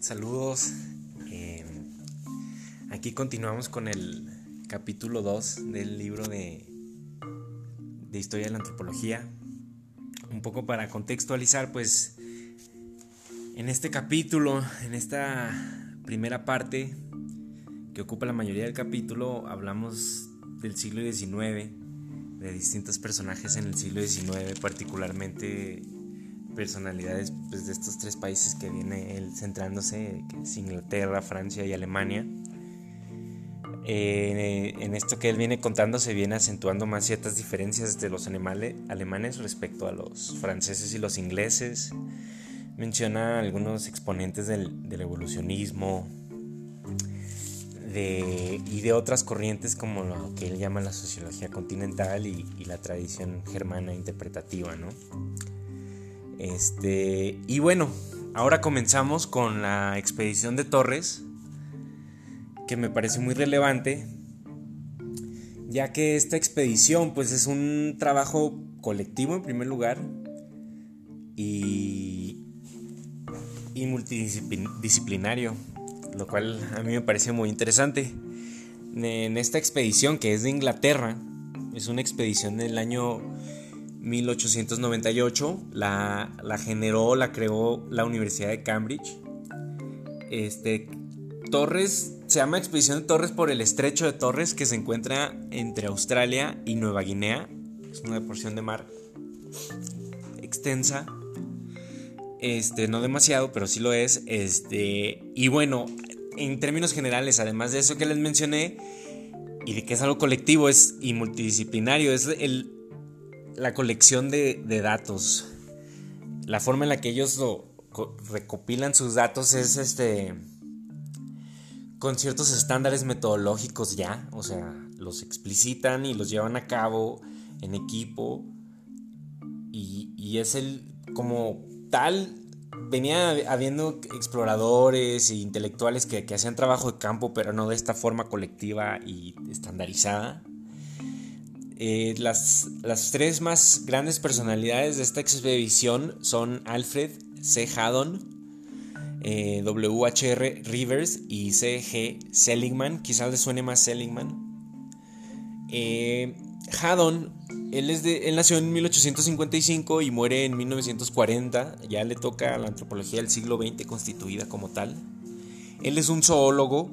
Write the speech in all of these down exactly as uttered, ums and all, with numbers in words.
Saludos. Eh, aquí continuamos con el capítulo dos del libro de, de Historia de la Antropología. Un poco para contextualizar, pues en este capítulo, en esta primera parte que ocupa la mayoría del capítulo, hablamos del siglo diecinueve, de distintos personajes en el siglo diecinueve, particularmente personalidades pues, de estos tres países que viene él centrándose, que es Inglaterra, Francia y Alemania. Eh, en esto que él viene contando se viene acentuando más ciertas diferencias de los alemane, alemanes respecto a los franceses y los ingleses. Menciona algunos exponentes del, del evolucionismo de, y de otras corrientes como lo que él llama la sociología continental y, y la tradición germana interpretativa, ¿no? Este, y bueno, ahora comenzamos con la expedición de Torres, que me parece muy relevante, ya que esta expedición pues es un trabajo colectivo en primer lugar y, y multidisciplinario, lo cual a mí me parece muy interesante. En esta expedición, que es de Inglaterra, es una expedición del año mil ochocientos noventa y ocho, la, la generó, la creó la Universidad de Cambridge. Este, Torres, se llama Expedición de Torres por el estrecho de Torres, que se encuentra entre Australia y Nueva Guinea. Es una porción de mar extensa, este, no demasiado, pero sí lo es. Este, y bueno, en términos generales, además de eso que les mencioné, y de que es algo colectivo es, y multidisciplinario, es el la colección de, de datos. La forma en la que ellos lo, co- recopilan sus datos es este con ciertos estándares metodológicos ya, o sea, los explicitan y los llevan a cabo en equipo y, y es el como tal. Venía habiendo exploradores e intelectuales que, que hacían trabajo de campo, pero no de esta forma colectiva y estandarizada. Eh, las, las tres más grandes personalidades de esta expedición son Alfred C. Haddon, eh, W H R Rivers y C G Seligman. Quizás les suene más Seligman. eh, Haddon, él, es de, él nació en mil ochocientos cincuenta y cinco y muere en mil novecientos cuarenta. Ya le toca a la antropología del siglo veinte constituida como tal. Él es un zoólogo.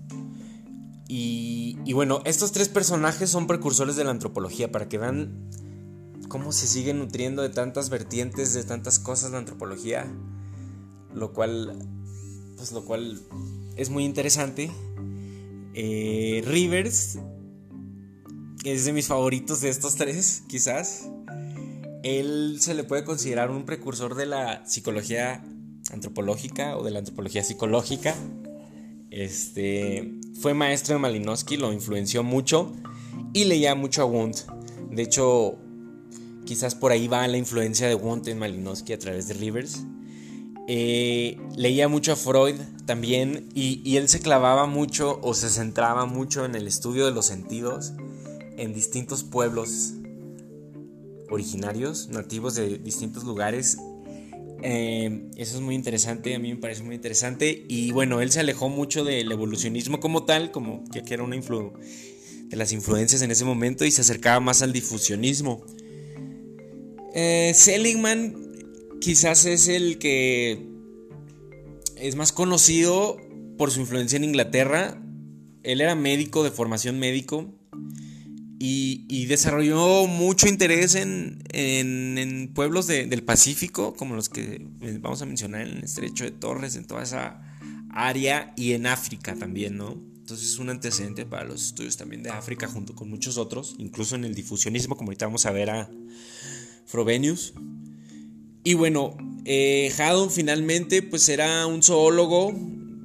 Y, y bueno, estos tres personajes son precursores de la antropología, para que vean cómo se sigue nutriendo de tantas vertientes, de tantas cosas la antropología, lo cual, pues lo cual es muy interesante. Eh, Rivers es de mis favoritos de estos tres, quizás. Él se le puede considerar un precursor de la psicología antropológica o de la antropología psicológica. Este, fue maestro de Malinowski, lo influenció mucho y leía mucho a Wundt. De hecho, quizás por ahí va la influencia de Wundt en Malinowski a través de Rivers. Eh, leía mucho a Freud también y, y él se clavaba mucho o se centraba mucho en el estudio de los sentidos en distintos pueblos originarios, nativos de distintos lugares. Eh, eso es muy interesante, a mí me parece muy interesante. Y bueno, él se alejó mucho del evolucionismo como tal, como ya que era una influ- de las influencias en ese momento, y se acercaba más al difusionismo. eh, Seligman quizás es el que es más conocido por su influencia en Inglaterra. Él era médico, de formación médico, Y, y desarrolló mucho interés en, en, en pueblos de, del Pacífico, como los que vamos a mencionar en el estrecho de Torres, en toda esa área, y en África también, ¿no? Entonces es un antecedente para los estudios también de África, junto con muchos otros, incluso en el difusionismo, como ahorita vamos a ver a Frobenius. Y bueno, eh, Haddon finalmente pues era un zoólogo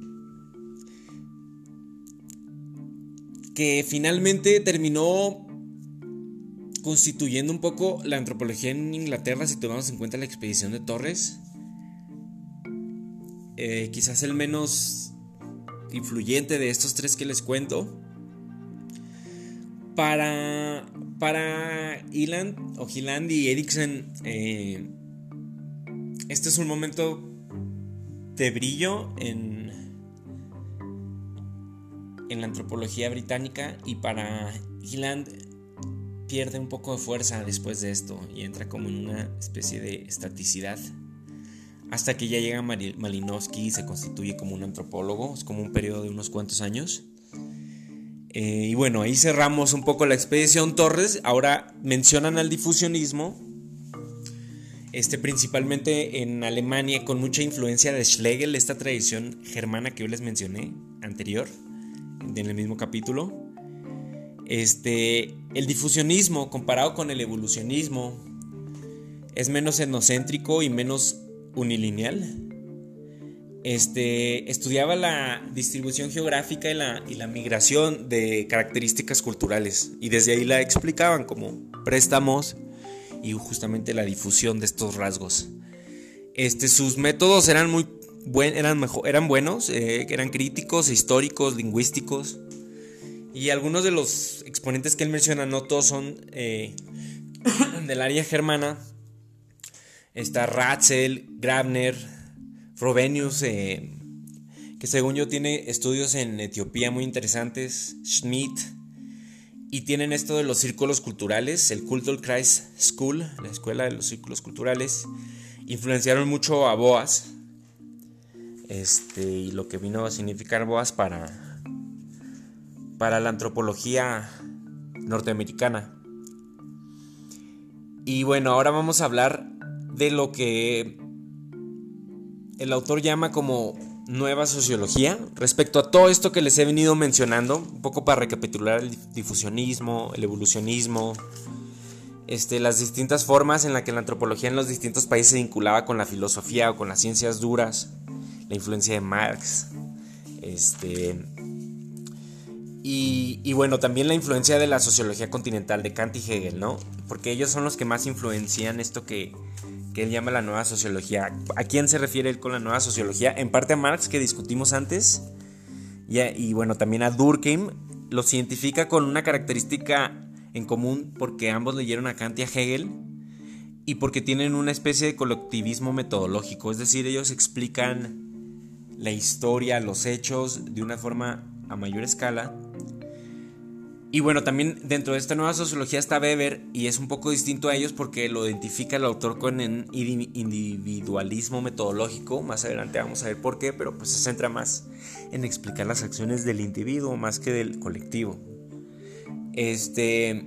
que finalmente terminó constituyendo un poco la antropología en Inglaterra, si tomamos en cuenta la expedición de Torres. Eh, quizás el menos influyente de estos tres que les cuento. Para, para Iland o Hyland y Eriksen, eh, este es un momento de brillo en, en la antropología británica, y para Iland pierde un poco de fuerza después de esto y entra como en una especie de estaticidad, hasta que ya llega Malinowski y se constituye como un antropólogo. Es como un periodo de unos cuantos años. Eh, y bueno, ahí cerramos un poco la expedición Torres. Ahora mencionan al difusionismo, este, principalmente en Alemania, con mucha influencia de Schlegel, esta tradición germana que yo les mencioné anterior, en el mismo capítulo. Este, el difusionismo, comparado con el evolucionismo, es menos etnocéntrico y menos unilineal. Este, estudiaba la distribución geográfica y la, y la migración de características culturales, y desde ahí la explicaban como préstamos y justamente la difusión de estos rasgos. Este, sus métodos eran muy buen, eran, mejor, eran buenos, eh, eran críticos, históricos, lingüísticos, y algunos de los exponentes que él menciona, no todos son eh, del área germana. Está Ratzel, Grabner, Frobenius, eh, que según yo tiene estudios en Etiopía muy interesantes, Schmidt, y tienen esto de los círculos culturales, el Kulturkreis School, la escuela de los círculos culturales. Influenciaron mucho a Boas, este, y lo que vino a significar Boas para, para la antropología norteamericana. Y bueno, ahora vamos a hablar de lo que el autor llama como nueva sociología, respecto a todo esto que les he venido mencionando, un poco para recapitular: el difusionismo, el evolucionismo, este, las distintas formas en las que la antropología en los distintos países se vinculaba con la filosofía o con las ciencias duras, la influencia de Marx, este, y, y bueno, también la influencia de la sociología continental de Kant y Hegel, ¿no? Porque ellos son los que más influencian esto que que él llama la nueva sociología. ¿A quién se refiere él con la nueva sociología? En parte a Marx, que discutimos antes, y, a, y bueno, también a Durkheim. Los identifica con una característica en común, porque ambos leyeron a Kant y a Hegel, y porque tienen una especie de colectivismo metodológico, es decir, ellos explican la historia, los hechos, de una forma a mayor escala. Y bueno, también dentro de esta nueva sociología está Weber, y es un poco distinto a ellos porque lo identifica el autor con un individualismo metodológico. Más adelante vamos a ver por qué, pero pues se centra más en explicar las acciones del individuo más que del colectivo. Este,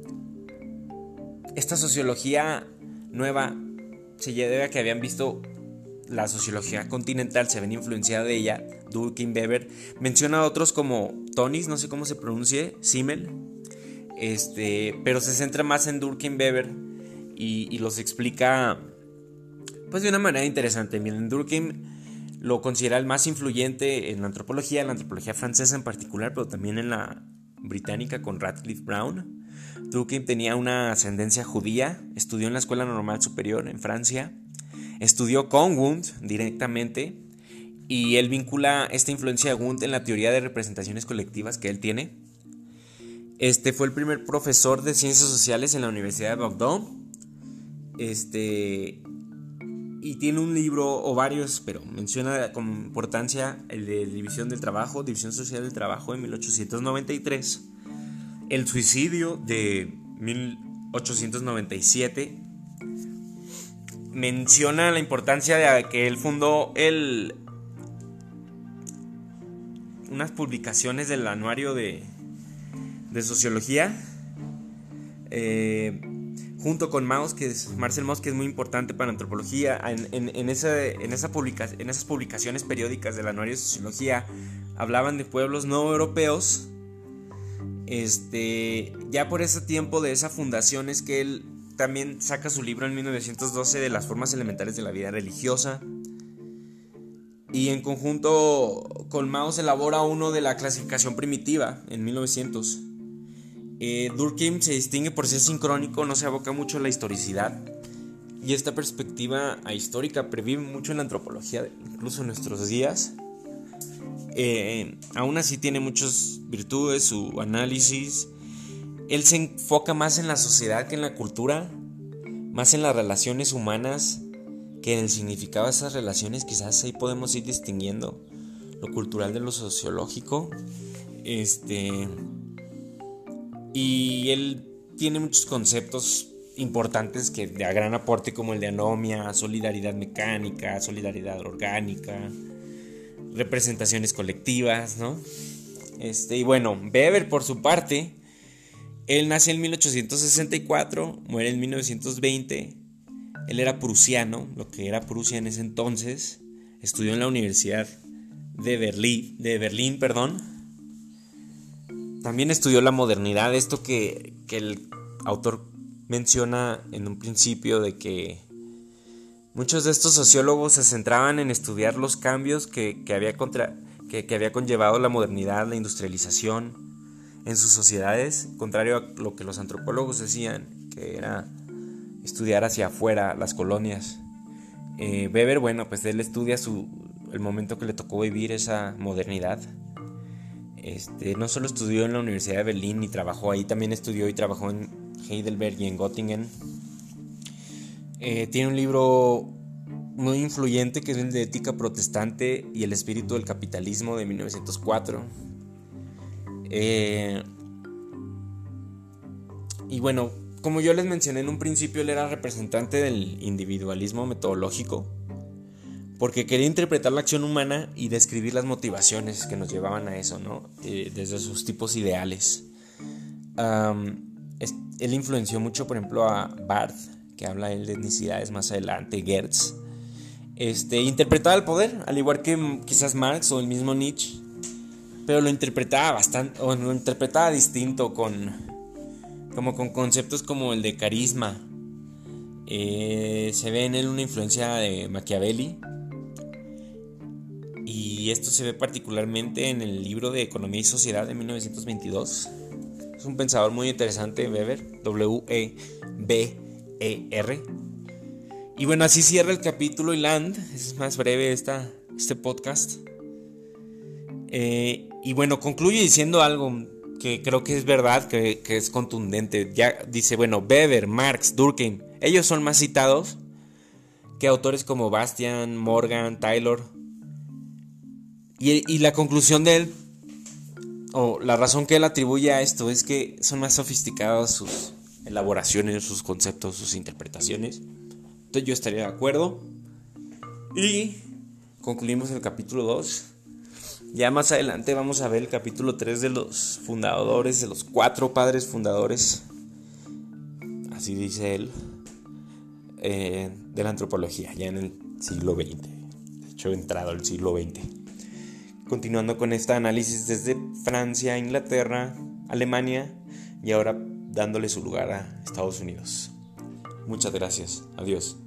esta sociología nueva se debe a que habían visto la sociología continental, se ven influenciada de ella. Durkheim, Weber, menciona a otros como Tonis, no sé cómo se pronuncie, Simmel, este, pero se centra más en Durkheim, Weber, y, y los explica pues de una manera interesante. Miren, Durkheim lo considera el más influyente en la antropología, en la antropología francesa en particular, pero también en la británica con Radcliffe Brown. Durkheim tenía una ascendencia judía, estudió en la Escuela Normal Superior en Francia, estudió con Wundt directamente, y él vincula esta influencia de Wundt en la teoría de representaciones colectivas que él tiene. Este fue el primer profesor de ciencias sociales en la Universidad de Bordeaux. Este, y tiene un libro o varios, pero menciona con importancia el de División del Trabajo, División Social del Trabajo de mil ochocientos noventa y tres, El Suicidio de mil ochocientos noventa y siete. Menciona la importancia de que él fundó el, unas publicaciones del anuario de, de sociología, eh, junto con Mauss, que es Marcel Mauss, que es muy importante para la antropología. En, en, en, esa, en, esa publica, en esas publicaciones periódicas del anuario de sociología hablaban de pueblos no europeos. Este, ya por ese tiempo de esa fundación es que él también saca su libro en mil novecientos doce de las formas elementales de la vida religiosa, y en conjunto con Mauss elabora uno de la clasificación primitiva en mil novecientos. eh, Durkheim se distingue por ser sincrónico, no se aboca mucho a la historicidad, y esta perspectiva histórica previve mucho en la antropología, incluso en nuestros días. Eh, aún así tiene muchas virtudes su análisis. Él se enfoca más en la sociedad que en la cultura, más en las relaciones humanas que en el significado de esas relaciones quizás ahí podemos ir distinguiendo lo cultural de lo sociológico. Este, y él tiene muchos conceptos importantes que de gran aporte, como el de anomia, solidaridad mecánica, solidaridad orgánica, representaciones colectivas, ¿no? Este, y bueno, Weber, por su parte, él nace en mil ochocientos sesenta y cuatro, muere en mil novecientos veinte. Él era prusiano, lo que era Prusia en ese entonces. Estudió en la Universidad de Berlín, de Berlín, perdón. También estudió la modernidad, esto que, que el autor menciona en un principio, de que muchos de estos sociólogos se centraban en estudiar los cambios que, que, había, contra, que, que había conllevado la modernidad, la industrialización en sus sociedades, contrario a lo que los antropólogos decían, que era estudiar hacia afuera las colonias. eh, Weber, bueno, pues él estudia su, el momento que le tocó vivir esa modernidad. Este, no solo estudió en la Universidad de Berlín y trabajó ahí, también estudió y trabajó en Heidelberg y en Göttingen. Eh, tiene un libro muy influyente que es el de Ética Protestante y el Espíritu del Capitalismo, de mil novecientos cuatro. Eh, y bueno, como yo les mencioné en un principio, él era representante del individualismo metodológico, porque quería interpretar la acción humana y describir las motivaciones que nos llevaban a eso, ¿no? Eh, desde sus tipos ideales. Um, es, él influenció mucho, por ejemplo, a Barth, que habla él de etnicidades más adelante, Geertz. Este, interpretaba el poder, al igual que quizás Marx o el mismo Nietzsche, pero lo interpretaba bastante, o lo interpretaba distinto, con, como con conceptos como el de carisma. Eh, se ve en él una influencia de Machiavelli, y esto se ve particularmente en el libro de Economía y Sociedad de mil novecientos veintidós. Es un pensador muy interesante, Weber, W E B E R. Y bueno, así cierra el capítulo y Land. Es más breve esta, este podcast. Eh, y bueno, concluye diciendo algo que creo que es verdad, que, que es contundente. Ya dice, bueno, Weber, Marx, Durkheim, ellos son más citados que autores como Bastian, Morgan, Taylor. Y, y la conclusión de él, o la razón que él atribuye a esto, es que son más sofisticadas sus elaboraciones, sus conceptos, sus interpretaciones. Entonces yo estaría de acuerdo. Y concluimos el capítulo dos. Ya más adelante vamos a ver el capítulo tres de los fundadores, de los cuatro padres fundadores, así dice él, eh, de la antropología, ya en el siglo veinte. De hecho, entrado el siglo veinte. Continuando con este análisis desde Francia, Inglaterra, Alemania y ahora dándole su lugar a Estados Unidos. Muchas gracias. Adiós.